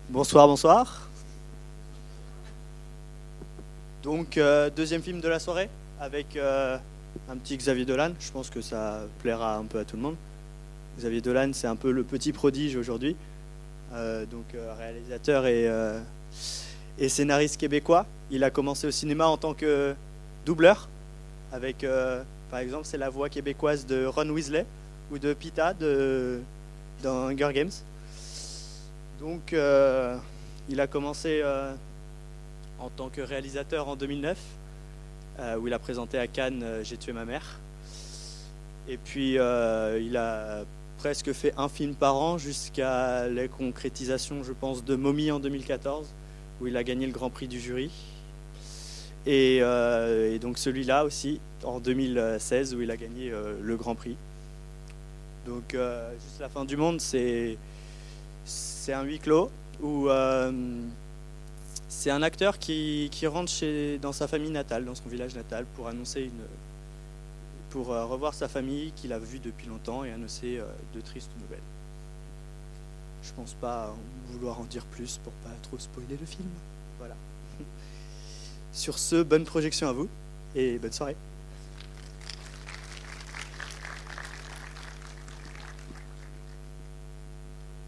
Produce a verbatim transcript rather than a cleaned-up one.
Bonsoir, bonsoir. Donc, euh, deuxième film de la soirée avec euh, un petit Xavier Dolan. Je pense que ça plaira un peu à tout le monde. Xavier Dolan, c'est un peu le petit prodige aujourd'hui. Euh, donc, euh, réalisateur et, euh, et scénariste québécois. Il a commencé au cinéma en tant que doubleur. Avec, euh, par exemple, c'est la voix québécoise de Ron Weasley ou de Pita de, dans Hunger Games. Donc, euh, il a commencé euh, en tant que réalisateur en deux mille neuf, euh, où il a présenté à Cannes euh, J'ai tué ma mère. Et puis, euh, il a presque fait un film par an jusqu'à la concrétisation, je pense, de Mommy en deux mille quatorze, où il a gagné le Grand Prix du jury. Et, euh, et donc celui-là aussi, en deux mille seize, où il a gagné euh, le Grand Prix. Donc, euh, Juste la fin du monde, c'est... C'est un huis clos où euh, c'est un acteur qui, qui rentre chez, dans sa famille natale, dans son village natal, pour annoncer une, pour euh, revoir sa famille qu'il a vue depuis longtemps et annoncer euh, de tristes nouvelles. Je pense pas vouloir en dire plus pour pas trop spoiler le film. Voilà. Sur ce, bonne projection à vous et bonne soirée.